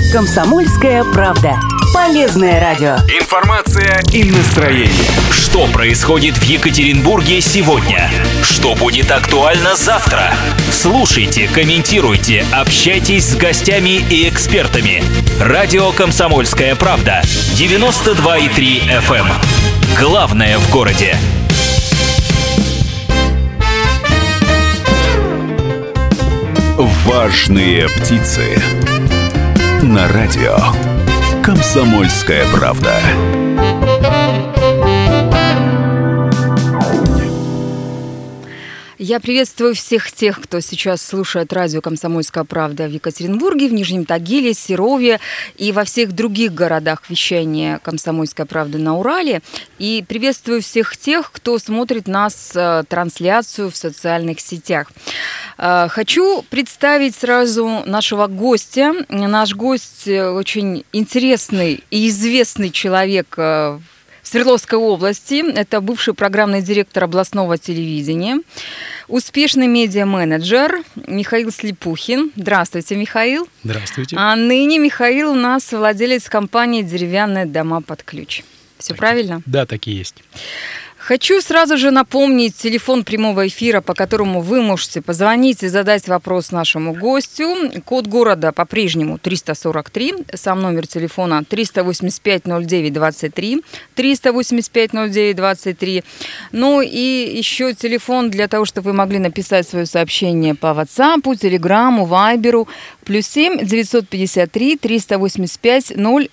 «Комсомольская правда». Полезное радио. Информация и настроение. Что происходит в Екатеринбурге сегодня? Что будет актуально завтра? Слушайте, комментируйте, общайтесь с гостями и экспертами. Радио «Комсомольская правда». 92,3 FM. Главное в городе. Важные птицы. На радио «Комсомольская правда». Я приветствую всех тех, кто сейчас слушает радио «Комсомольская правда» в Екатеринбурге, в Нижнем Тагиле, Серове и во всех других городах вещания «Комсомольской правды» на Урале. И приветствую всех тех, кто смотрит нас трансляцию в социальных сетях. Хочу представить сразу нашего гостя. Наш гость очень интересный и известный человек в Свердловской области. Это бывший программный директор областного телевидения, успешный медиа-менеджер Михаил Слепухин. Здравствуйте, Михаил. Здравствуйте. А ныне Михаил у нас владелец компании «Деревянные дома под ключ». Все так, правильно? Да, так и есть. Хочу сразу же напомнить телефон прямого эфира, по которому вы можете позвонить и задать вопрос нашему гостю. Код города по-прежнему 343, сам номер телефона 385-09-23, 385-09-23. Ну и еще телефон для того, чтобы вы могли написать свое сообщение по WhatsApp, Telegram, Viber, +7 953 385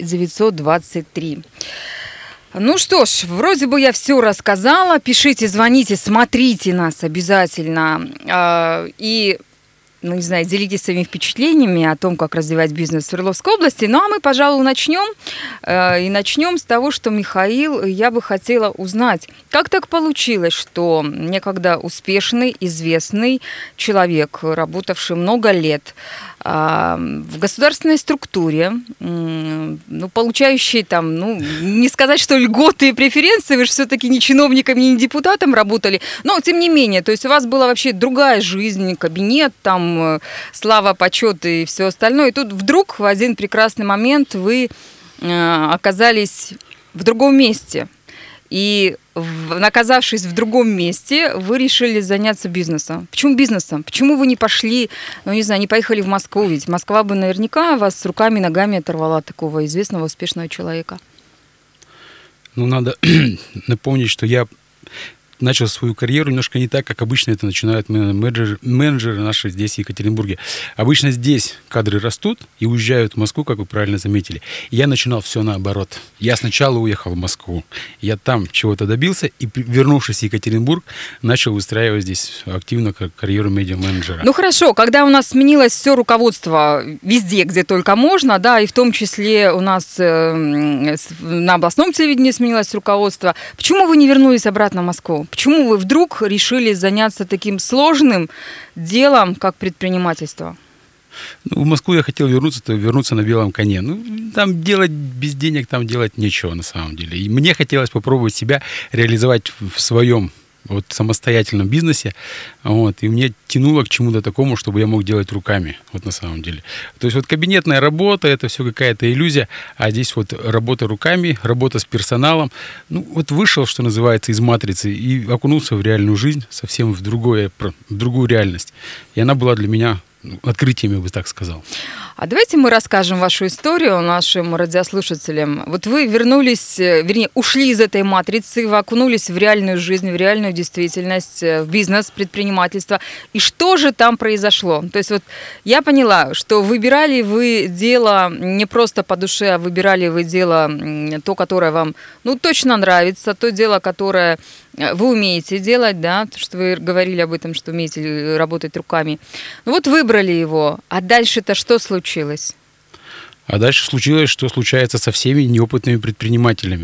0923. Ну что ж, вроде бы я все рассказала. Пишите, звоните, смотрите нас обязательно. И, ну не знаю, делитесь своими впечатлениями о том, как развивать бизнес в Свердловской области. Ну а мы, пожалуй, начнем. И начнем с того, что, Михаил, я бы хотела узнать, как так получилось, что некогда успешный, известный человек, работавший много лет в государственной структуре, ну, получающий там, ну, не сказать, что льготы и преференции, вы же все-таки не чиновником, не депутатом работали, но тем не менее, то есть у вас была вообще другая жизнь, кабинет, там, слава, почет и все остальное, и тут вдруг в один прекрасный момент вы оказались в другом месте. И, оказавшись в другом месте, вы решили заняться бизнесом. Почему бизнесом? Почему вы не пошли, ну, не знаю, не поехали в Москву? Ведь Москва бы наверняка вас руками и ногами оторвала, такого известного, успешного человека. Ну, надо напомнить, что я начал свою карьеру немножко не так, как обычно это начинают менеджеры наши здесь, в Екатеринбурге. Обычно здесь кадры растут и уезжают в Москву, как вы правильно заметили. И я начинал все наоборот. Я сначала уехал в Москву, я там чего-то добился, и, вернувшись в Екатеринбург, начал выстраивать здесь активно карьеру медиа-менеджера. Ну хорошо, когда у нас сменилось все руководство везде, где только можно, да, и в том числе у нас на областном телевидении сменилось руководство, почему вы не вернулись обратно в Москву? Почему вы вдруг решили заняться таким сложным делом, как предпринимательство? Ну, в Москву я хотел вернуться на белом коне. Ну, там делать без денег, там делать нечего на самом деле. И мне хотелось попробовать себя реализовать в своем вот самостоятельном бизнесе, вот, и мне тянуло к чему-то такому, чтобы я мог делать руками, вот на самом деле. То есть вот кабинетная работа, это все какая-то иллюзия, а здесь вот работа руками, работа с персоналом, ну вот вышел, что называется, из матрицы и окунулся в реальную жизнь, совсем в другую реальность. И она была для меня открытием, я бы так сказал. А давайте мы расскажем вашу историю нашим радиослушателям. Вот вы вернулись, вернее, ушли из этой матрицы, вы окунулись в реальную жизнь, в реальную действительность, в бизнес, предпринимательство. И что же там произошло? То есть вот я поняла, что выбирали вы дело не просто по душе, а выбирали вы дело, то, которое вам, ну, точно нравится, то дело, которое вы умеете делать, да, то, что вы говорили об этом, что умеете работать руками. Ну вот выбрали его, а дальше-то что случилось? А дальше случилось, что случается со всеми неопытными предпринимателями.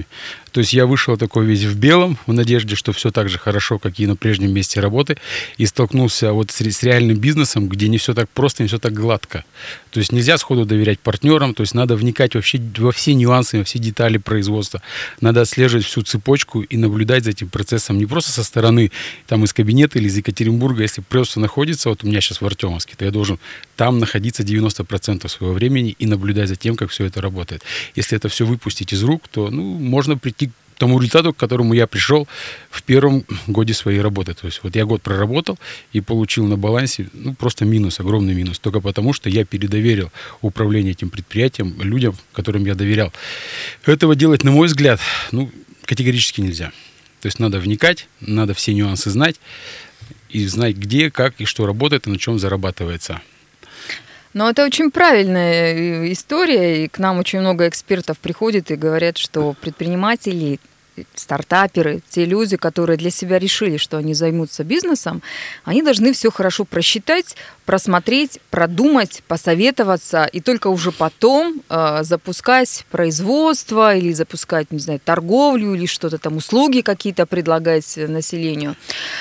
То есть я вышел такой весь в белом, в надежде, что все так же хорошо, как и на прежнем месте работы, и столкнулся вот с реальным бизнесом, где не все так просто, не все так гладко. То есть нельзя сходу доверять партнерам, то есть надо вникать вообще во все нюансы, во все детали производства. Надо отслеживать всю цепочку и наблюдать за этим процессом не просто со стороны, там из кабинета или из Екатеринбурга. Если производство находится, вот у меня сейчас в Артемовске, то я должен там находиться 90% своего времени и наблюдать за тем, как все это работает. Если это все выпустить из рук, то можно прийти к тому результату, к которому я пришел в первом годе своей работы. То есть вот я год проработал и получил на балансе просто минус, огромный минус, только потому, что я передоверил управление этим предприятием людям, которым я доверял. Этого делать, на мой взгляд, категорически нельзя. То есть надо вникать, надо все нюансы знать и знать, где, как и что работает и на чем зарабатывается. Но это очень правильная история, и к нам очень много экспертов приходит и говорят, что предприниматели, стартаперы, те люди, которые для себя решили, что они займутся бизнесом, они должны все хорошо просчитать, просмотреть, продумать, посоветоваться, и только уже потом запускать производство или запускать, не знаю, торговлю или что-то там, услуги какие-то предлагать населению.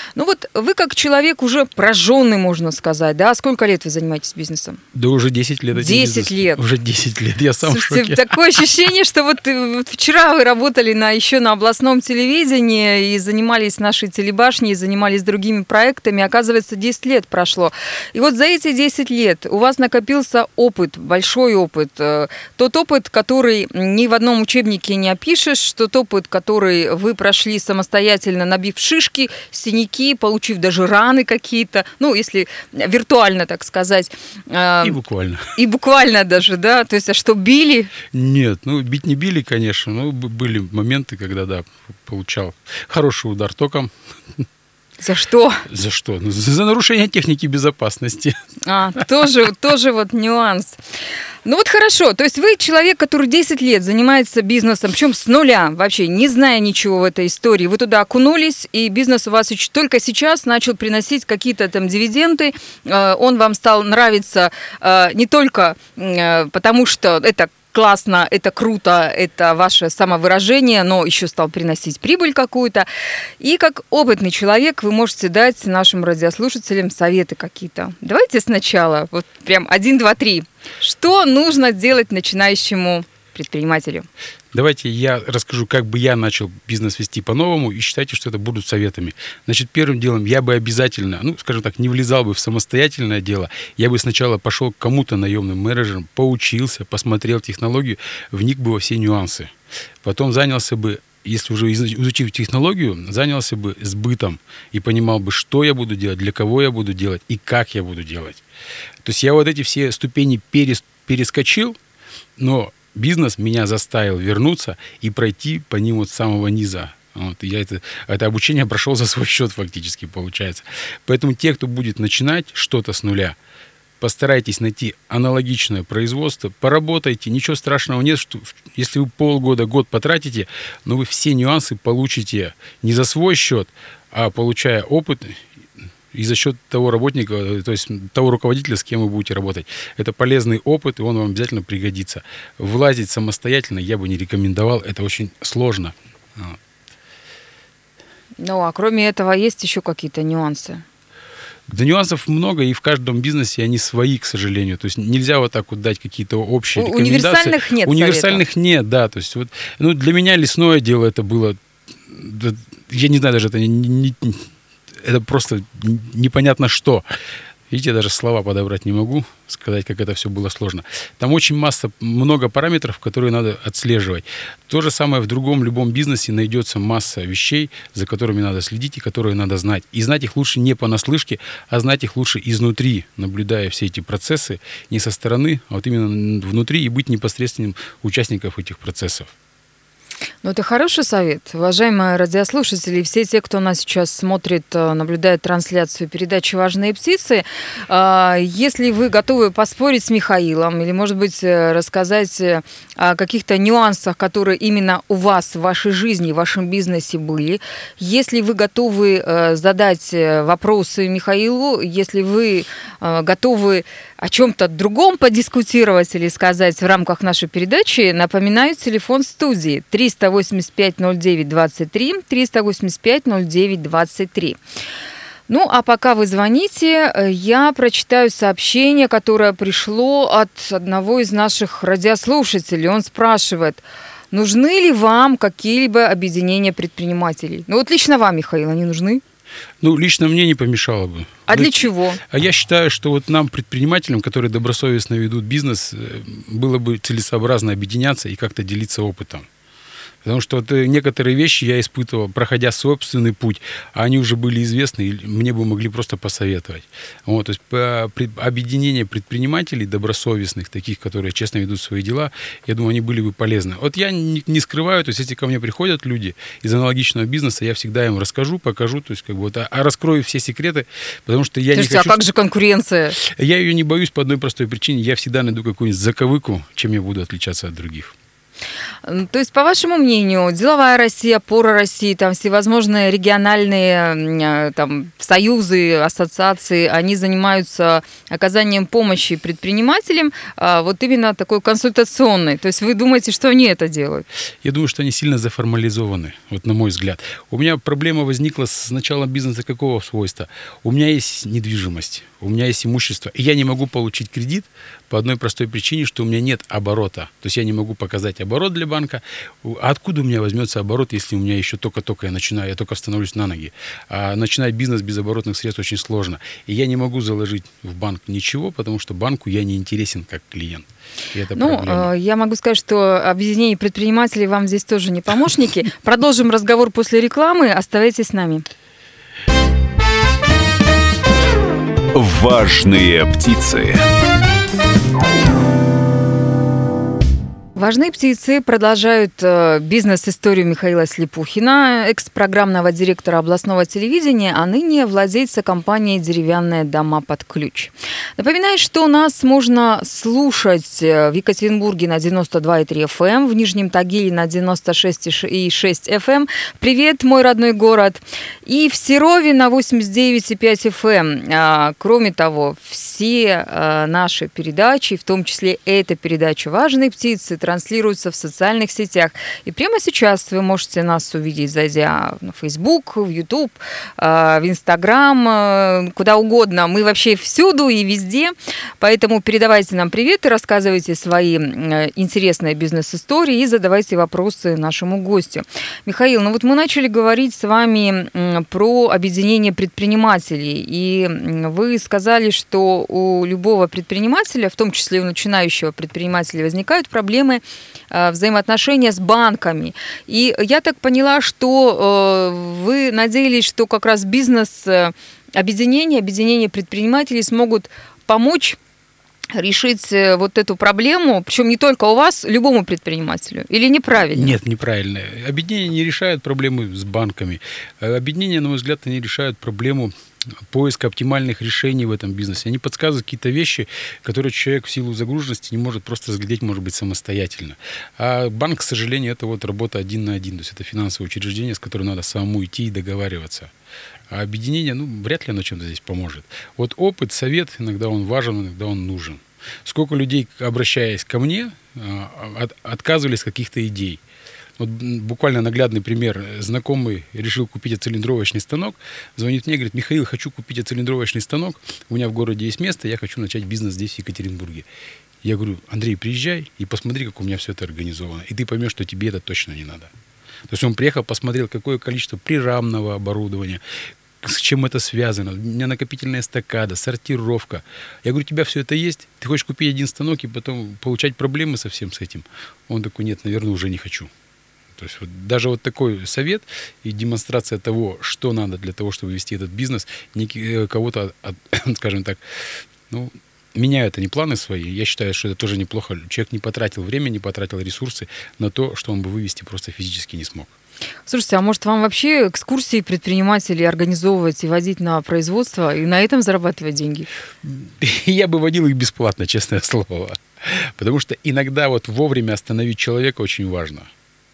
Вы как человек уже прожженный, можно сказать, да? Сколько лет вы занимаетесь бизнесом? Да уже 10 лет. 10 лет. Уже 10 лет, я сам Слушайте, в шоке. Такое ощущение, что вот вчера вы работали еще на областном телевидении и занимались нашей телебашней, и занимались другими проектами. Оказывается, 10 лет прошло. И вот за эти 10 лет у вас накопился опыт, большой опыт. Тот опыт, который ни в одном учебнике не опишешь, тот опыт, который вы прошли самостоятельно, набив шишки, синяки, получив даже раны какие-то, если виртуально, так сказать. И буквально. И буквально даже, да? То есть, а что, били? Нет, бить не били, конечно, но были моменты, когда, да, получал хороший удар током. За что? За что? За нарушение техники безопасности. Тоже вот нюанс. Хорошо, то есть вы человек, который 10 лет занимается бизнесом, причем с нуля, вообще не зная ничего в этой истории. Вы туда окунулись, и бизнес у вас только сейчас начал приносить какие-то там дивиденды. Он вам стал нравиться не только потому, что это классно, это круто, это ваше самовыражение, но еще стал приносить прибыль какую-то. И как опытный человек вы можете дать нашим радиослушателям советы какие-то. Давайте сначала, вот прям 1, 2, 3. Что нужно делать начинающему предпринимателю? Давайте я расскажу, как бы я начал бизнес вести по-новому, и считайте, что это будут советами. Значит, первым делом я бы обязательно, скажем так, не влезал бы в самостоятельное дело. Я бы сначала пошел к кому-то наемным менеджером, поучился, посмотрел технологию, вник бы во все нюансы. Потом занялся бы, если уже изучив технологию, занялся бы сбытом и понимал бы, что я буду делать, для кого я буду делать и как я буду делать. То есть я вот эти все ступени перескочил, но бизнес меня заставил вернуться и пройти по ним с самого низа. Я это обучение прошел за свой счет фактически, получается. Поэтому те, кто будет начинать что-то с нуля, постарайтесь найти аналогичное производство, поработайте, ничего страшного нет, что если вы полгода, год потратите, но вы все нюансы получите не за свой счет, а получая опыт и за счет того работника, то есть того руководителя, с кем вы будете работать. Это полезный опыт, и он вам обязательно пригодится. Влазить самостоятельно я бы не рекомендовал, это очень сложно. А кроме этого есть еще какие-то нюансы? Да, нюансов много, и в каждом бизнесе они свои, к сожалению. То есть нельзя вот так вот дать какие-то общие рекомендации. Универсальных нет Универсальных советов. Нет, да. То есть для меня лесное дело это было, я не знаю, даже это просто непонятно что. Видите, я даже слова подобрать не могу, сказать, как это все было сложно. Там очень много параметров, которые надо отслеживать. То же самое в другом любом бизнесе найдется масса вещей, за которыми надо следить и которые надо знать. И знать их лучше не понаслышке, а знать их лучше изнутри, наблюдая все эти процессы не со стороны, а вот именно внутри и быть непосредственным участником этих процессов. Это хороший совет. Уважаемые радиослушатели, все те, кто нас сейчас смотрит, наблюдает трансляцию передачи «Важные птицы», если вы готовы поспорить с Михаилом или, может быть, рассказать о каких-то нюансах, которые именно у вас в вашей жизни, в вашем бизнесе были, если вы готовы задать вопросы Михаилу, если вы готовы о чем-то другом подискутировать или сказать в рамках нашей передачи, напоминаю, телефон студии 385-09-23, 385-09-23. Ну, а пока вы звоните, я прочитаю сообщение, которое пришло от одного из наших радиослушателей. Он спрашивает, нужны ли вам какие-либо объединения предпринимателей? Ну, вот лично вам, Михаил, они нужны? Ну, лично мне не помешало бы. А для чего? А я считаю, что вот нам, предпринимателям, которые добросовестно ведут бизнес, было бы целесообразно объединяться и как-то делиться опытом. Потому что вот некоторые вещи я испытывал, проходя собственный путь, а они уже были известны, и мне бы могли просто посоветовать. Вот, то есть объединение предпринимателей добросовестных, таких, которые честно ведут свои дела, я думаю, они были бы полезны. Вот я не скрываю, то есть если ко мне приходят люди из аналогичного бизнеса, я всегда им расскажу, покажу, то есть как бы вот, раскрою все секреты, потому что я Слушайте, не хочу... а как же конкуренция? Я ее не боюсь по одной простой причине, я всегда найду какую-нибудь заковыку, чем я буду отличаться от других. То есть, по вашему мнению, деловая Россия, опора России, там всевозможные региональные там, союзы, ассоциации, они занимаются оказанием помощи предпринимателям, вот именно такой консультационной. То есть вы думаете, что они это делают? Я думаю, что они сильно заформализованы, вот на мой взгляд. У меня проблема возникла с начала бизнеса какого свойства? У меня есть недвижимость, у меня есть имущество, и я не могу получить кредит по одной простой причине, что у меня нет оборота. То есть я не могу показать оборот для банка. А откуда у меня возьмется оборот, если у меня еще только-только я только становлюсь на ноги? А начинать бизнес без оборотных средств очень сложно. И я не могу заложить в банк ничего, потому что банку я не интересен как клиент. И это проблема. Я могу сказать, что объединение предпринимателей вам здесь тоже не помощники. Продолжим разговор после рекламы. Оставайтесь с нами. Важные птицы. Важные птицы продолжают бизнес-историю Михаила Слепухина, экс-программного директора областного телевидения, а ныне владельца компании «Деревянные дома под ключ». Напоминаю, что нас можно слушать в Екатеринбурге на 92,3 FM, в Нижнем Тагиле на 96,6 FM. Привет, мой родной город. И в Серове на 89,5 FM. Кроме того, все наши передачи, в том числе эта передача «Важные птицы», транслируются в социальных сетях. И прямо сейчас вы можете нас увидеть, зайдя на Facebook, в YouTube, в Instagram, куда угодно. Мы вообще всюду и везде. Поэтому передавайте нам привет и рассказывайте свои интересные бизнес-истории и задавайте вопросы нашему гостю. Михаил, ну вот мы начали говорить с вами про объединение предпринимателей. И вы сказали, что у любого предпринимателя, в том числе у начинающего предпринимателя, возникают проблемы взаимоотношения с банками. И я так поняла, что вы надеялись, что как раз объединение предпринимателей смогут помочь решить вот эту проблему, причем не только у вас, любому предпринимателю. Или неправильно? Нет, неправильно. Объединения не решают проблемы с банками. Объединения, на мой взгляд, они решают проблему поиска оптимальных решений в этом бизнесе. Они подсказывают какие-то вещи, которые человек в силу загруженности не может просто разглядеть, может быть, самостоятельно. А банк, к сожалению, это вот работа один на один. То есть это финансовое учреждение, с которым надо самому идти и договариваться. А объединение, вряд ли оно чем-то здесь поможет. Вот опыт, совет, иногда он важен, иногда он нужен. Сколько людей, обращаясь ко мне, отказывались от каких-то идей. Вот буквально наглядный пример. Знакомый решил купить оцилиндровочный станок, звонит мне, говорит: Михаил, хочу купить оцилиндровочный станок, у меня в городе есть место, я хочу начать бизнес здесь, в Екатеринбурге. Я говорю: Андрей, приезжай и посмотри, как у меня все это организовано, и ты поймешь, что тебе это точно не надо. То есть он приехал, посмотрел, какое количество прирамного оборудования, с чем это связано. У меня накопительная эстакада, сортировка. Я говорю: у тебя все это есть? Ты хочешь купить один станок и потом получать проблемы со всем с этим? Он такой: нет, наверное, уже не хочу. То есть вот даже вот такой совет и демонстрация того, что надо для того, чтобы вести этот бизнес, кого-то, скажем так, меняют они планы свои. Я считаю, что это тоже неплохо. Человек не потратил время, не потратил ресурсы на то, что он бы вывести просто физически не смог. Слушайте, а может вам вообще экскурсии предпринимателей организовывать и водить на производство и на этом зарабатывать деньги? Я бы водил их бесплатно, честное слово. Потому что иногда вот вовремя остановить человека очень важно.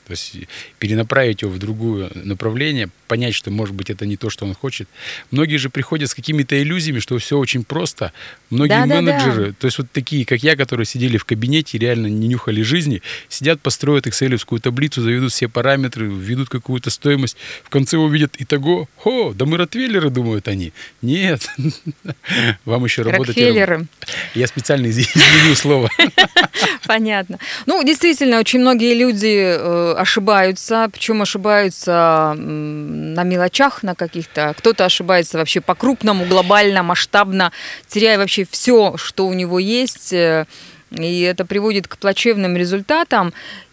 То есть перенаправить его в другое направление, понять, что, может быть, это не то, что он хочет. Многие же приходят с какими-то иллюзиями, что все очень просто. Многие менеджеры, то есть вот такие, как я, которые сидели в кабинете, реально не нюхали жизни, сидят, построят экселевскую таблицу, заведут все параметры, введут какую-то стоимость, в конце увидят итого, да мы ротвейлеры, думают они. Нет, вам еще работать. Рокфеллеры. Я специально изменю слово. Понятно. Ну, действительно, очень многие люди ошибаются, причем ошибаются на мелочах, на каких-то. Кто-то ошибается вообще по-крупному, глобально, масштабно, теряя вообще все, что у него есть. И это приводит к плачевным результатам.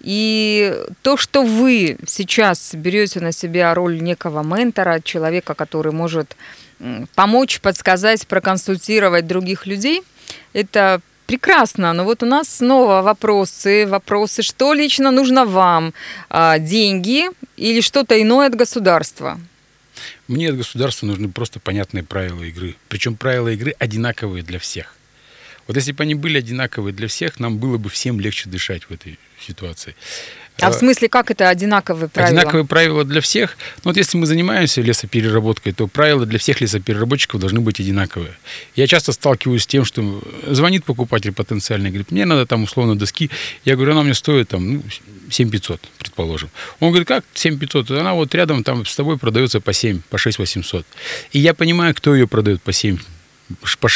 И то, что вы сейчас берете на себя роль некого ментора, человека, который может помочь, подсказать, проконсультировать других людей, это прекрасно. Но вот у нас снова вопросы. Что лично нужно вам? Деньги или что-то иное от государства? Мне от государства нужны просто понятные правила игры. Причем правила игры одинаковые для всех. Вот если бы они были одинаковые для всех, нам было бы всем легче дышать в этой ситуации. А в смысле, как это одинаковые правила? Одинаковые правила для всех. Ну, вот если мы занимаемся лесопереработкой, то правила для всех лесопереработчиков должны быть одинаковые. Я часто сталкиваюсь с тем, что звонит покупатель потенциальный, говорит, мне надо там условно доски. Я говорю, она мне стоит там 7500, предположим. Он говорит, как 7500? Она вот рядом там с тобой продается по 7, по 6800. И я понимаю, кто ее продает по 7, по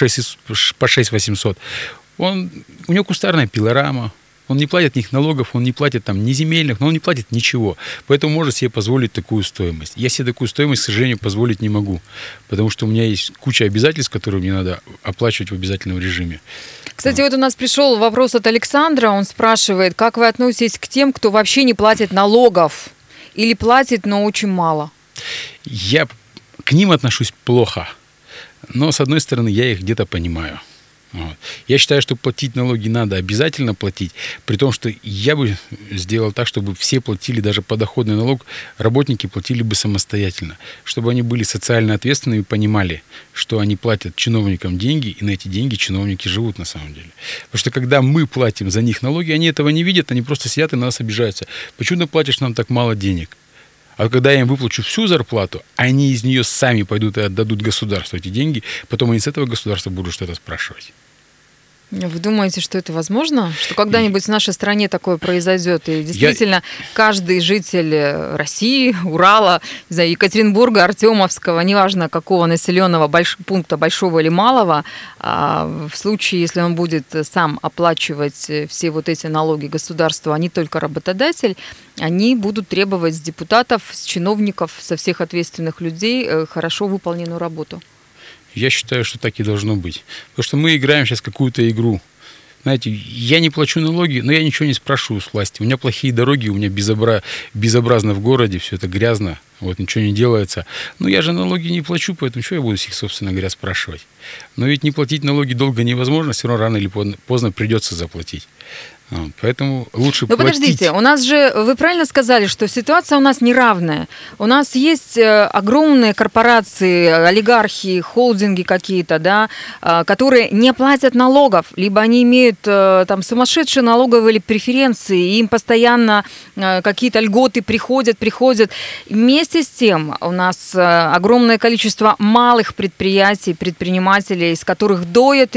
6800. У него кустарная пилорама. Он не платит ни налогов, он не платит там ни земельных, но он не платит ничего. Поэтому может себе позволить такую стоимость. Я себе такую стоимость, к сожалению, позволить не могу. Потому что у меня есть куча обязательств, которые мне надо оплачивать в обязательном режиме. Кстати, вот у нас пришел вопрос от Александра. Он спрашивает, как вы относитесь к тем, кто вообще не платит налогов? Или платит, но очень мало? Я к ним отношусь плохо. Но, с одной стороны, я их где-то понимаю. Вот. Я считаю, что платить налоги надо обязательно платить, при том, что я бы сделал так, чтобы все платили, даже подоходный налог, работники платили бы самостоятельно, чтобы они были социально ответственными и понимали, что они платят чиновникам деньги, и на эти деньги чиновники живут на самом деле. Потому что когда мы платим за них налоги, они этого не видят, они просто сидят и на нас обижаются. Почему ты платишь нам так мало денег? А когда я им выплачу всю зарплату, они из нее сами пойдут и отдадут государству эти деньги, потом они с этого государства будут что-то спрашивать. Вы думаете, что это возможно? Что когда-нибудь в нашей стране такое произойдет? И действительно, каждый житель России, Урала, не знаю, Екатеринбурга, Артемовского, неважно какого населенного пункта, большого или малого, в случае, если он будет сам оплачивать все вот эти налоги государству, а не только работодатель, они будут требовать с депутатов, с чиновников, со всех ответственных людей хорошо выполненную работу. Я считаю, что так и должно быть. Потому что мы играем сейчас какую-то игру. Знаете, я не плачу налоги, но я ничего не спрашиваю с власти. У меня плохие дороги, у меня безобразно в городе, все это грязно, вот ничего не делается. Но я же налоги не плачу, поэтому что я буду с них, собственно говоря, спрашивать? Но ведь не платить налоги долго невозможно, все равно рано или поздно придется заплатить. Поэтому лучше платить. Но подождите, у нас же, вы правильно сказали, что ситуация у нас неравная. У нас есть огромные корпорации, олигархи, холдинги какие-то, да, которые не платят налогов, либо они имеют там сумасшедшие налоговые преференции, и им постоянно какие-то льготы приходят. Вместе с тем у нас огромное количество малых предприятий, предпринимателей, из которых доят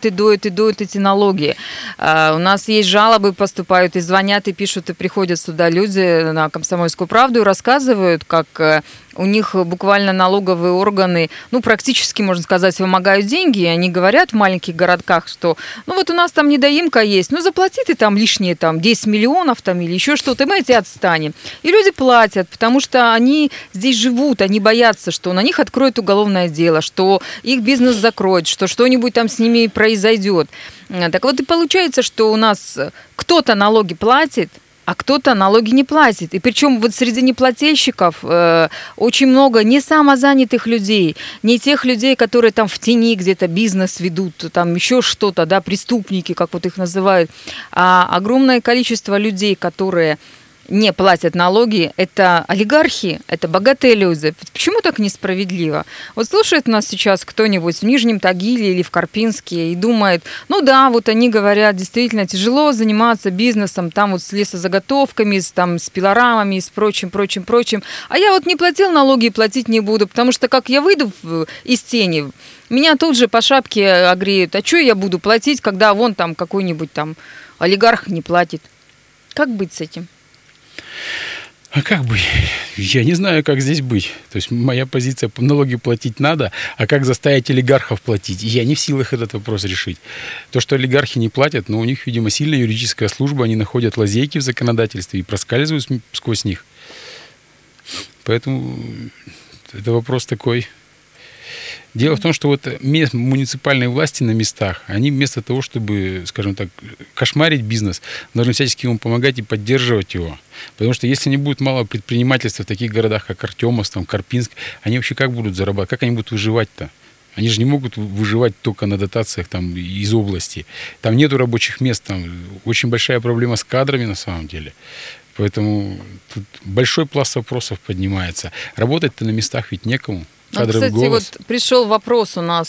эти налоги. У нас есть жалобы поступают, и звонят, и пишут, и приходят сюда люди на «Комсомольскую правду» и рассказывают, как у них буквально налоговые органы, практически, можно сказать, вымогают деньги, и они говорят в маленьких городках, что, вот у нас там недоимка есть, заплати ты там лишние 10 миллионов там, или еще что-то, и мы эти отстанем. И люди платят, потому что они здесь живут, они боятся, что на них откроют уголовное дело, что их бизнес закроют, что что-нибудь там с ними произойдет. Так вот и получается, что у нас кто-то налоги платит, а кто-то налоги не платит. И причем вот среди неплательщиков очень много не самозанятых людей, не тех людей, которые там в тени где-то бизнес ведут, там еще что-то, да, преступники, как вот их называют, а огромное количество людей, которые не платят налоги, это олигархи, это богатые люди. Почему так несправедливо? Вот слушает нас сейчас кто-нибудь в Нижнем Тагиле или в Карпинске и думает, ну да, вот они говорят, действительно тяжело заниматься бизнесом, там вот с лесозаготовками, с пилорамами, с прочим. А я вот не платил налоги и платить не буду, потому что как я выйду из тени, меня тут же по шапке огреют. А что я буду платить, когда вон там какой-нибудь там олигарх не платит? Как быть с этим? А как бы? Я не знаю, как здесь быть. То есть моя позиция, налоги платить надо, а как заставить олигархов платить? Я не в силах этот вопрос решить. То, что олигархи не платят, но у них, видимо, сильная юридическая служба, они находят лазейки в законодательстве и проскальзывают сквозь них. Поэтому это вопрос такой. Дело в том, что вот муниципальные власти на местах, они вместо того, чтобы, скажем так, кошмарить бизнес, должны всячески ему помогать и поддерживать его. Потому что если не будет мало предпринимательства в таких городах, как Артемовск, там, Карпинск, они вообще как будут зарабатывать, как они будут выживать-то? Они же не могут выживать только на дотациях там, из области. Там нету рабочих мест, там очень большая проблема с кадрами на самом деле. Поэтому тут большой пласт вопросов поднимается. Работать-то на местах ведь некому. Кстати, голос. Вот пришел вопрос у нас,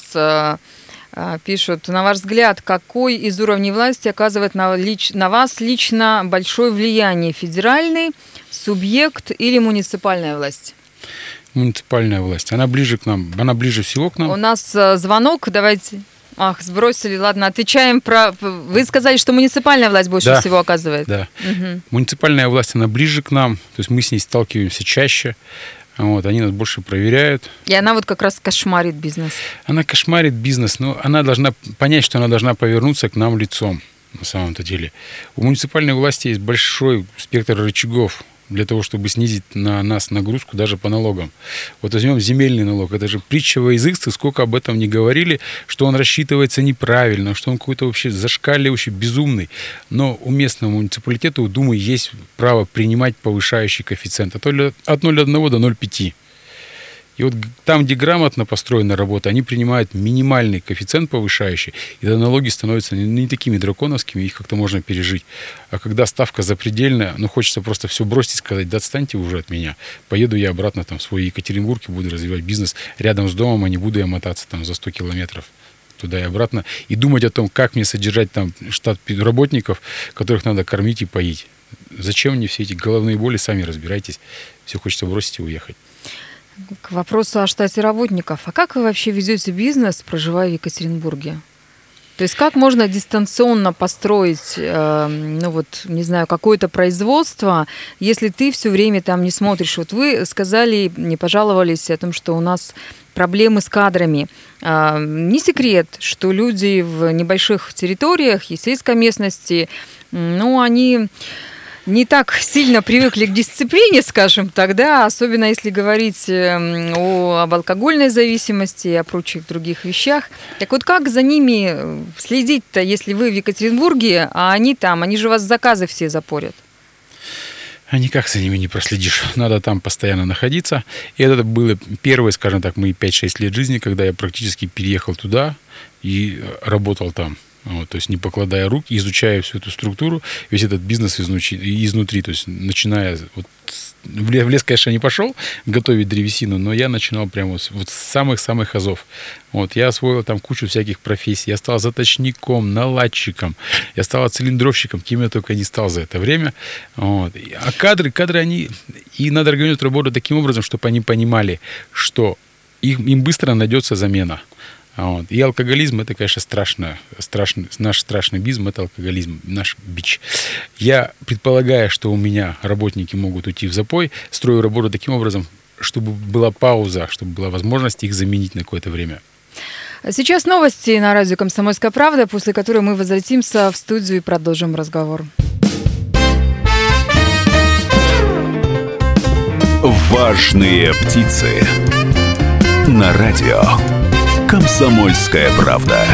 пишут, на ваш взгляд, какой из уровней власти оказывает на вас лично большое влияние? Федеральный, субъект или муниципальная власть? Муниципальная власть. Она ближе к нам, она ближе всего к нам. У нас звонок, давайте... сбросили, ладно, отвечаем про... Вы сказали, что муниципальная власть больше всего оказывает. Да, муниципальная власть, она ближе к нам, то есть мы с ней сталкиваемся чаще. Вот, они нас больше проверяют. И она вот как раз кошмарит бизнес. Она кошмарит бизнес, но она должна понять, что она должна повернуться к нам лицом, на самом-то деле. У муниципальной власти есть большой спектр рычагов для того, чтобы снизить на нас нагрузку даже по налогам. Вот возьмем земельный налог. Это же притча во языцах, сколько об этом не говорили, что он рассчитывается неправильно, что он какой-то вообще зашкаливающий, безумный. Но у местного муниципалитета, у Думы, есть право принимать повышающий коэффициент от 0,1 до 0,5. И вот там, где грамотно построена работа, они принимают минимальный коэффициент повышающий, и тогда налоги становятся не такими драконовскими, их как-то можно пережить. А когда ставка запредельная, хочется просто все бросить и сказать, да отстаньте уже от меня. Поеду я обратно там, в свой Екатеринбург и буду развивать бизнес рядом с домом, а не буду я мотаться там за 100 километров туда и обратно, и думать о том, как мне содержать там штат работников, которых надо кормить и поить. Зачем мне все эти головные боли, сами разбирайтесь. Все хочется бросить и уехать. К вопросу о штате работников. А как вы вообще ведете бизнес, проживая в Екатеринбурге? То есть как можно дистанционно построить, какое-то производство, если ты все время там не смотришь? Вот вы сказали, не пожаловались о том, что у нас проблемы с кадрами. Не секрет, что люди в небольших территориях и сельской местности, они... не так сильно привыкли к дисциплине, скажем так, да, особенно если говорить об алкогольной зависимости и о прочих других вещах. Так вот, как за ними следить-то, если вы в Екатеринбурге, а они там, они же вас заказы все запорят? А никак за ними не проследишь. Надо там постоянно находиться. И это было первые, скажем так, мои 5-6 лет жизни, когда я практически переехал туда и работал там. Вот, то есть не покладая рук, изучая всю эту структуру, весь этот бизнес изнутри, то есть начиная в лес, конечно, не пошел готовить древесину, но я начинал прямо с самых-самых азов. Вот, я освоил там кучу всяких профессий. Я стал заточником, наладчиком, я стал цилиндровщиком, кем я только не стал за это время. Вот. А кадры, они... И надо организовать работу таким образом, чтобы они понимали, что им быстро найдется замена. Вот. И алкоголизм — это, конечно, наш страшный бизнес, это алкоголизм, наш бич. Я, предполагая, что у меня работники могут уйти в запой, строю работу таким образом, чтобы была пауза, чтобы была возможность их заменить на какое-то время. Сейчас новости на радио «Комсомольская правда», после которой мы возвратимся в студию и продолжим разговор. Важные птицы на радио «Комсомольская правда».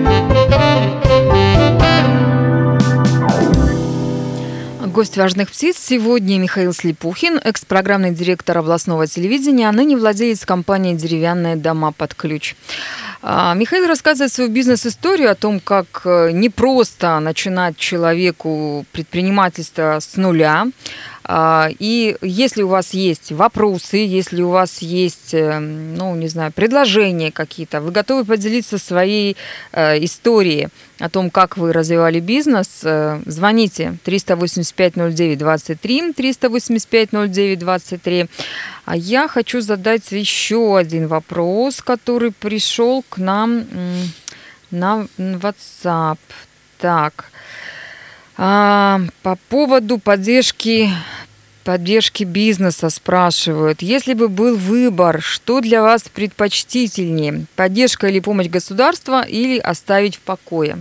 Гость «Важных птиц» сегодня Михаил Слепухин, экс-программный директор областного телевидения, а ныне владелец компании «Деревянные дома под ключ». Михаил рассказывает свою бизнес-историю о том, как непросто начинать человеку предпринимательство с нуля, И если у вас есть вопросы, если у вас есть, предложения какие-то, вы готовы поделиться своей историей о том, как вы развивали бизнес, звоните 385-09-23, 385-09-23. А я хочу задать еще один вопрос, который пришел к нам на WhatsApp. Так, по поводу поддержки бизнеса спрашивают. Если бы был выбор, что для вас предпочтительнее? Поддержка или помощь государства, или оставить в покое?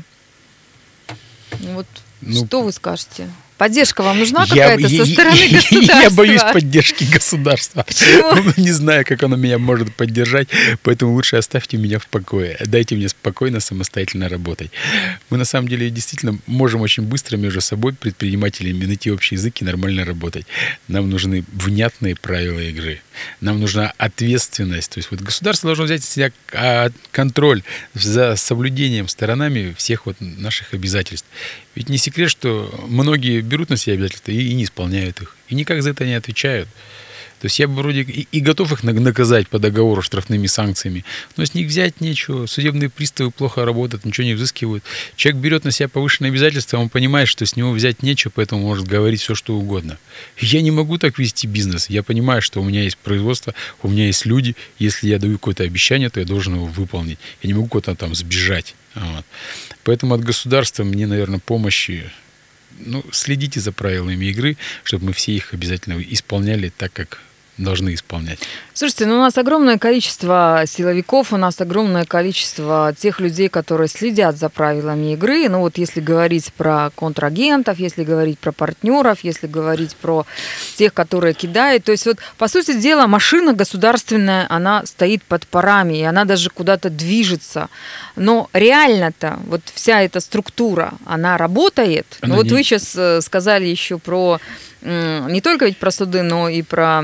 Что вы скажете? Поддержка вам нужна какая-то со стороны государства? Я боюсь поддержки государства. Почему? Не знаю, как оно меня может поддержать, поэтому лучше оставьте меня в покое. Дайте мне спокойно, самостоятельно работать. Мы, на самом деле, действительно можем очень быстро между собой, предпринимателями, найти общий язык и нормально работать. Нам нужны внятные правила игры. Нам нужна ответственность. То есть государство должно взять на себя контроль за соблюдением сторонами всех наших обязательств. Ведь не секрет, что многие берут на себя обязательства и не исполняют их. И никак за это не отвечают. То есть я бы вроде и готов их наказать по договору штрафными санкциями, но с них взять нечего. Судебные приставы плохо работают, ничего не взыскивают. Человек берет на себя повышенные обязательства, он понимает, что с него взять нечего, поэтому может говорить все, что угодно. Я не могу так вести бизнес. Я понимаю, что у меня есть производство, у меня есть люди. Если я даю какое-то обещание, то я должен его выполнить. Я не могу куда-то там сбежать. Поэтому от государства мне, наверное, помощи. Следите за правилами игры, чтобы мы все их обязательно исполняли так, как должны исполнять. Слушайте, у нас огромное количество силовиков, у нас огромное количество тех людей, которые следят за правилами игры. Если говорить про контрагентов, если говорить про партнеров, если говорить про тех, которые кидают. То есть, по сути дела, машина государственная, она стоит под парами, и она даже куда-то движется. Но реально-то вся эта структура, она работает. Вы сейчас сказали еще про не только ведь про суды, но и про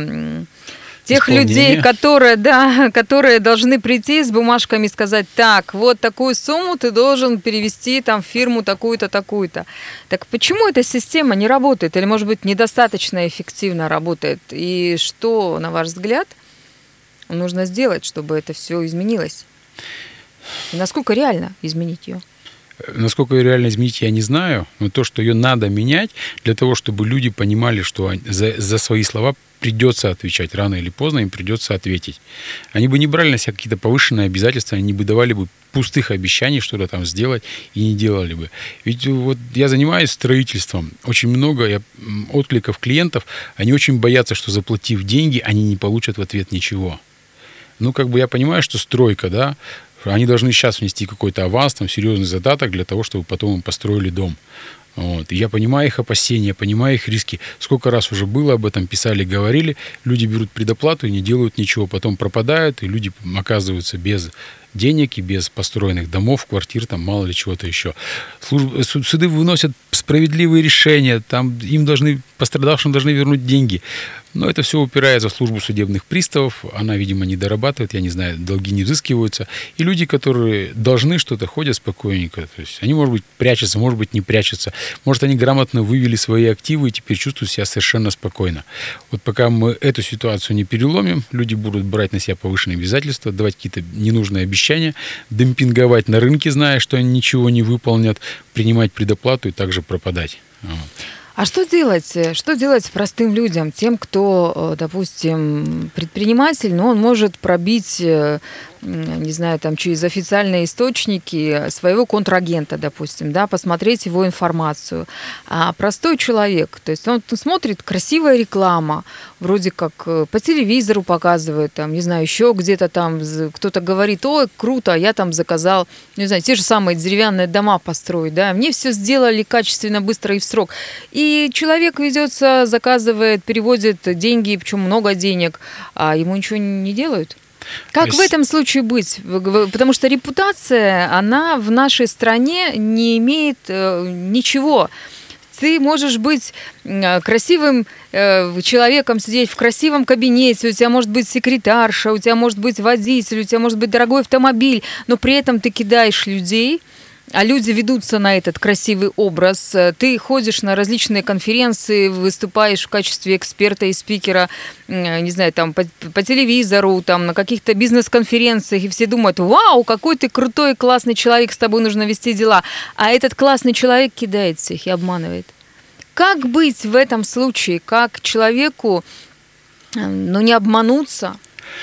тех людей, которые должны прийти с бумажками и сказать: так, такую сумму ты должен перевести в фирму такую-то, такую-то. Так почему эта система не работает? Или, может быть, недостаточно эффективно работает? И что, на ваш взгляд, нужно сделать, чтобы это все изменилось? И насколько реально изменить ее? Насколько ее реально изменить, я не знаю. Но то, что ее надо менять, для того, чтобы люди понимали, что за свои слова придется отвечать. Рано или поздно им придется ответить. Они бы не брали на себя какие-то повышенные обязательства, они бы давали бы пустых обещаний что-то там сделать и не делали бы. Ведь я занимаюсь строительством. Очень много откликов клиентов. Они очень боятся, что заплатив деньги, они не получат в ответ ничего. Я понимаю, что стройка, они должны сейчас внести какой-то аванс, серьезный задаток для того, чтобы потом им построили дом. И я понимаю их опасения, понимаю их риски. Сколько раз уже было, об этом писали, говорили. Люди берут предоплату и не делают ничего. Потом пропадают, и люди оказываются без денег и без построенных домов, квартир, мало ли чего-то еще. Суды выносят справедливые решения, им пострадавшим должны вернуть деньги. Но это все упирается в службу судебных приставов. Она, видимо, не дорабатывает, я не знаю, долги не взыскиваются. И люди, которые должны что-то, ходят спокойненько. То есть они, может быть, прячутся, может быть, не прячутся. Может, они грамотно вывели свои активы и теперь чувствуют себя совершенно спокойно. Пока мы эту ситуацию не переломим, люди будут брать на себя повышенные обязательства, давать какие-то ненужные обещания, демпинговать на рынке, зная, что они ничего не выполнят, принимать предоплату и также пропадать. А что делать? Что делать простым людям, тем, кто, допустим, предприниматель, но он может пробить, не знаю, через официальные источники своего контрагента, допустим, посмотреть его информацию. А простой человек, то есть он смотрит, красивая реклама, вроде как по телевизору показывают, не знаю, еще где-то кто-то говорит: ой, круто, я заказал, не знаю, те же самые деревянные дома построить, мне все сделали качественно, быстро и в срок. И человек ведется, заказывает, переводит деньги, причем много денег, а ему ничего не делают. Как в этом случае быть? Потому что репутация, она в нашей стране не имеет ничего. Ты можешь быть красивым человеком, сидеть в красивом кабинете, у тебя может быть секретарша, у тебя может быть водитель, у тебя может быть дорогой автомобиль, но при этом ты кидаешь людей, а люди ведутся на этот красивый образ. Ты ходишь на различные конференции, выступаешь в качестве эксперта и спикера, не знаю, там по телевизору, там на каких-то бизнес-конференциях, и все думают: вау, какой ты крутой, классный человек, с тобой нужно вести дела. А этот классный человек кидает всех и обманывает. Как быть в этом случае? Как человеку, не обмануться?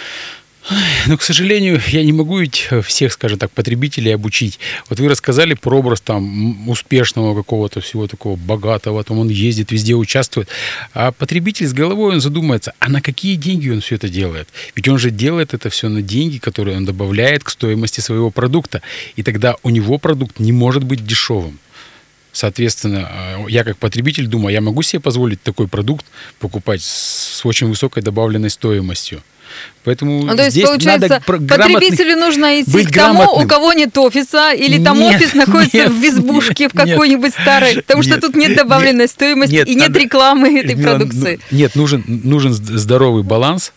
Но, к сожалению, я не могу ведь всех, скажем так, потребителей обучить. Вот вы рассказали про образ там успешного какого-то всего такого богатого, там он ездит, везде участвует. А потребитель с головой, он задумается, а на какие деньги он все это делает? Ведь он же делает это все на деньги, которые он добавляет к стоимости своего продукта. И тогда у него продукт не может быть дешевым. Соответственно, я как потребитель думаю, я могу себе позволить такой продукт покупать с очень высокой добавленной стоимостью. Поэтому то есть, здесь получается, надо потребителю нужно идти к тому, грамотным. у кого нет офиса, или там Нет, офис находится нет, в избушке в нет, какой-нибудь старой, потому что нет, тут нет добавленной стоимости и нет надо, рекламы этой продукции. Нет, нужен здоровый баланс.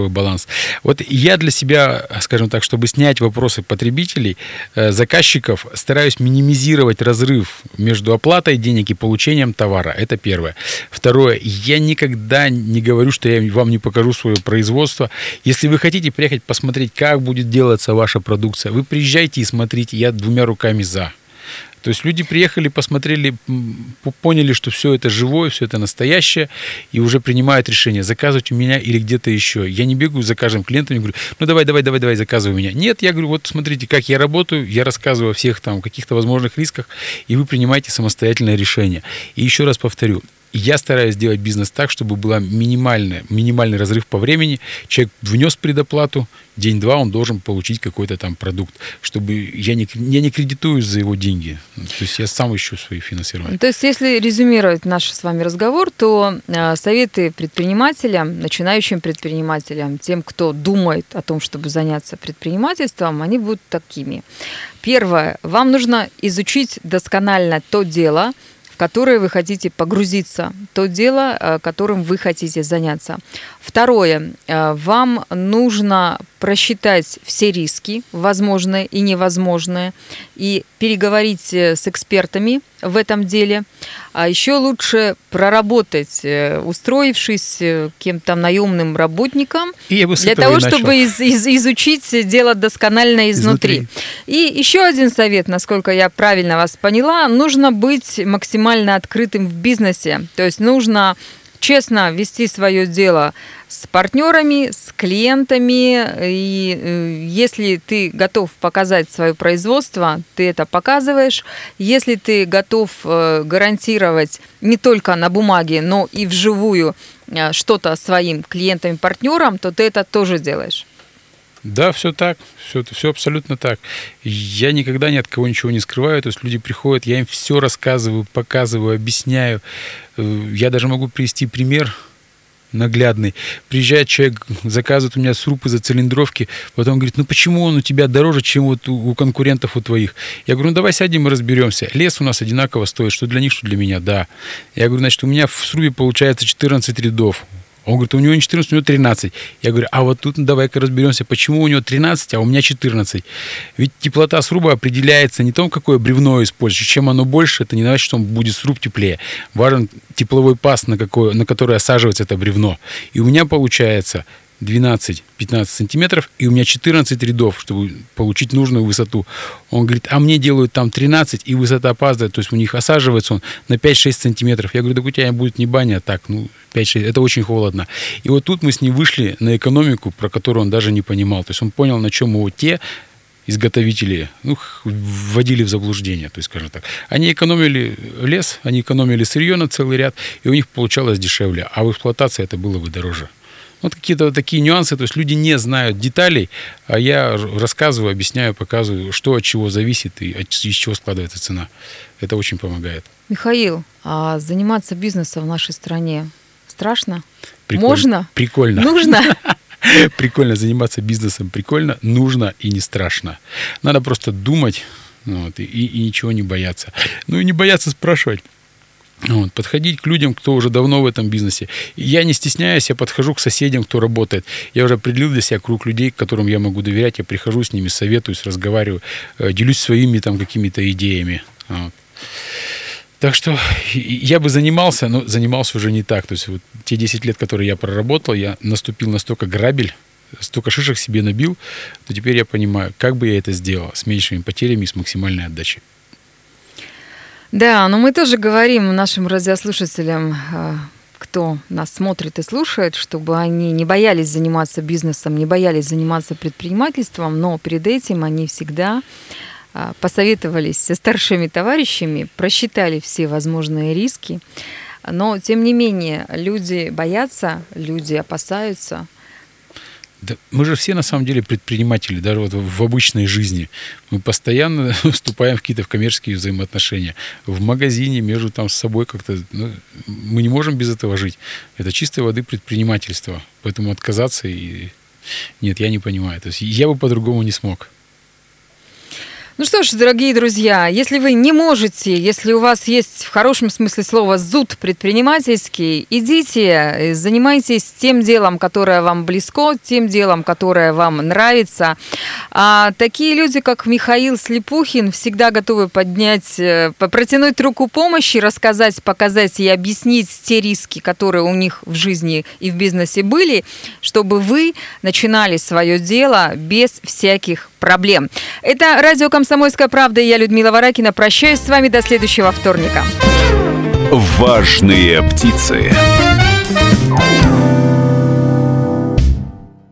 Вот я для себя, скажем так, чтобы снять вопросы потребителей, заказчиков, стараюсь минимизировать разрыв между оплатой денег и получением товара. Это первое. Второе, я никогда не говорю, что я вам не покажу свое производство. Если вы хотите приехать посмотреть, как будет делаться ваша продукция, вы приезжайте и смотрите, я 2 руками за. То есть люди приехали, посмотрели, поняли, что все это живое, все это настоящее, и уже принимают решение, заказывать у меня или где-то еще. Я не бегаю за каждым клиентом и говорю: ну давай, заказывай у меня. Нет, я говорю: вот смотрите, как я работаю, я рассказываю о всех там каких-то возможных рисках, и вы принимаете самостоятельное решение. И еще раз повторю, я стараюсь сделать бизнес так, чтобы был минимальный разрыв по времени. Человек внес предоплату, день-два он должен получить какой-то там продукт, чтобы я не кредитуюсь за его деньги. То есть я сам ищу свои финансирования. То есть если резюмировать наш с вами разговор, то советы предпринимателям, начинающим предпринимателям, тем, кто думает о том, чтобы заняться предпринимательством, они будут такими. Первое. Вам нужно изучить досконально то дело, в которое вы хотите погрузиться, то дело, которым вы хотите заняться. Второе. Вам нужно просчитать все риски, возможные и невозможные, и переговорить с экспертами в этом деле. А еще лучше проработать, устроившись кем-то наемным работником, для того, чтобы изучить дело досконально изнутри. И еще один совет, насколько я правильно вас поняла: нужно быть максимально открытым в бизнесе. То есть нужно честно вести свое дело с партнерами, с клиентами. И если ты готов показать свое производство, ты это показываешь. Если ты готов гарантировать не только на бумаге, но и вживую что-то своим клиентам и партнерам, то ты это тоже делаешь. Да, все так, все абсолютно так. Я никогда ни от кого ничего не скрываю. То есть люди приходят, я им все рассказываю, показываю, объясняю. Я даже могу привести пример наглядный. Приезжает человек, заказывает у меня сруб из-за цилиндровки, потом говорит: ну почему он у тебя дороже, чем вот у конкурентов у твоих? Я говорю: ну давай сядем и разберемся. Лес у нас одинаково стоит, что для них, что для меня, да. Я говорю: значит, у меня в срубе получается 14 рядов. Он говорит: у него не 14, у него 13. Я говорю: а вот тут давай-ка разберемся, почему у него 13, а у меня 14. Ведь теплота сруба определяется не том, какое бревно используешь. Чем оно больше, это не значит, что он будет сруб теплее. Важен тепловой паз, на который осаживается это бревно. И у меня получается 12-15 сантиметров, и у меня 14 рядов, чтобы получить нужную высоту. Он говорит: а мне делают там 13, и высота опаздывает, то есть у них осаживается он на 5-6 сантиметров. Я говорю: так у тебя будет не баня, а так, 5-6, это очень холодно. И вот тут мы с ним вышли на экономику, про которую он даже не понимал. То есть он понял, на чем его те изготовители вводили в заблуждение, то есть, скажем так. Они экономили лес, они экономили сырье на целый ряд, и у них получалось дешевле, а в эксплуатации это было бы дороже. Вот какие-то вот такие нюансы, то есть люди не знают деталей, а я рассказываю, объясняю, показываю, что от чего зависит и из чего складывается цена. Это очень помогает. Михаил, а заниматься бизнесом в нашей стране страшно? Прикольно. Можно? Прикольно. Нужно? Прикольно заниматься бизнесом, прикольно, нужно и не страшно. Надо просто думать и ничего не бояться. Ну и не бояться спрашивать. Вот, подходить к людям, кто уже давно в этом бизнесе. И я не стесняюсь, я подхожу к соседям, кто работает. Я уже определил для себя круг людей, которым я могу доверять. Я прихожу с ними, советуюсь, разговариваю, делюсь своими там какими-то идеями. Вот. Так что я бы занимался, но занимался уже не так. То есть вот те 10 лет, которые я проработал, я наступил на столько грабель, столько шишек себе набил, то теперь я понимаю, как бы я это сделал с меньшими потерями и с максимальной отдачей. Да, но мы тоже говорим нашим радиослушателям, кто нас смотрит и слушает, чтобы они не боялись заниматься бизнесом, не боялись заниматься предпринимательством, но перед этим они всегда посоветовались со старшими товарищами, просчитали все возможные риски. Но, тем не менее, люди боятся, люди опасаются. Да, мы же все на самом деле предприниматели, даже вот в обычной жизни. Мы постоянно вступаем в какие-то коммерческие взаимоотношения. В магазине между там с собой как-то... Ну, мы не можем без этого жить. Это чистой воды предпринимательство. Поэтому отказаться... Нет, я не понимаю. То есть я бы по-другому не смог. Ну что ж, дорогие друзья, если вы не можете, если у вас есть в хорошем смысле слова зуд предпринимательский, идите, занимайтесь тем делом, которое вам близко, тем делом, которое вам нравится. А такие люди, как Михаил Слепухин, всегда готовы протянуть руку помощи, рассказать, показать и объяснить те риски, которые у них в жизни и в бизнесе были, чтобы вы начинали свое дело без всяких проблем. Это радио «Комсомольская правда» и я, Людмила Варакина. Прощаюсь с вами до следующего вторника. Важные птицы.